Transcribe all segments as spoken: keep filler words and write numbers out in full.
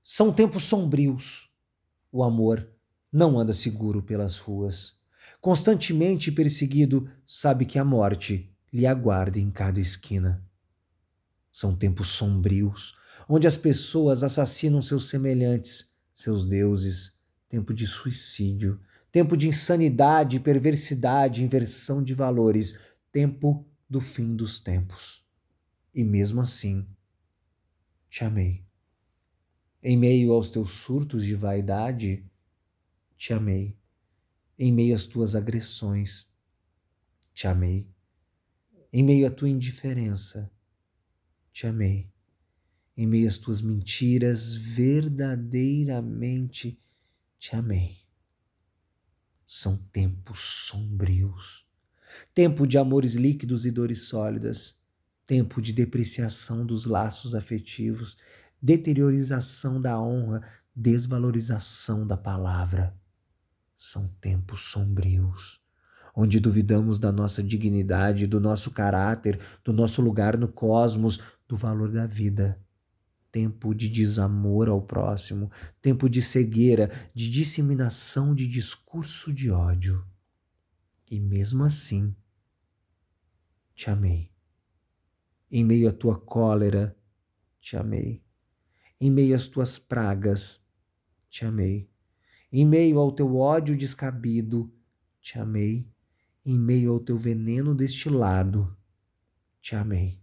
São tempos sombrios. O amor não anda seguro pelas ruas. Constantemente perseguido, sabe que a morte lhe aguarda em cada esquina. São tempos sombrios, onde as pessoas assassinam seus semelhantes, seus deuses. Tempo de suicídio, tempo de insanidade, perversidade, inversão de valores. Tempo do fim dos tempos. E mesmo assim, te amei. Em meio aos teus surtos de vaidade, te amei. Em meio às tuas agressões, te amei. Em meio à tua indiferença, te amei. Em meio às tuas mentiras, verdadeiramente te amei. São tempos sombrios. Tempo de amores líquidos e dores sólidas. Tempo de depreciação dos laços afetivos, deteriorização da honra, desvalorização da palavra. São tempos sombrios, onde duvidamos da nossa dignidade, do nosso caráter, do nosso lugar no cosmos, do valor da vida. Tempo de desamor ao próximo, tempo de cegueira, de disseminação de discurso de ódio. E mesmo assim, te amei. Em meio à tua cólera, te amei. Em meio às tuas pragas, te amei. Em meio ao teu ódio descabido, te amei. Em meio ao teu veneno destilado, te amei.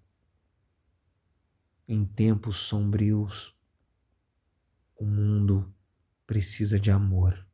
Em tempos sombrios, o mundo precisa de amor.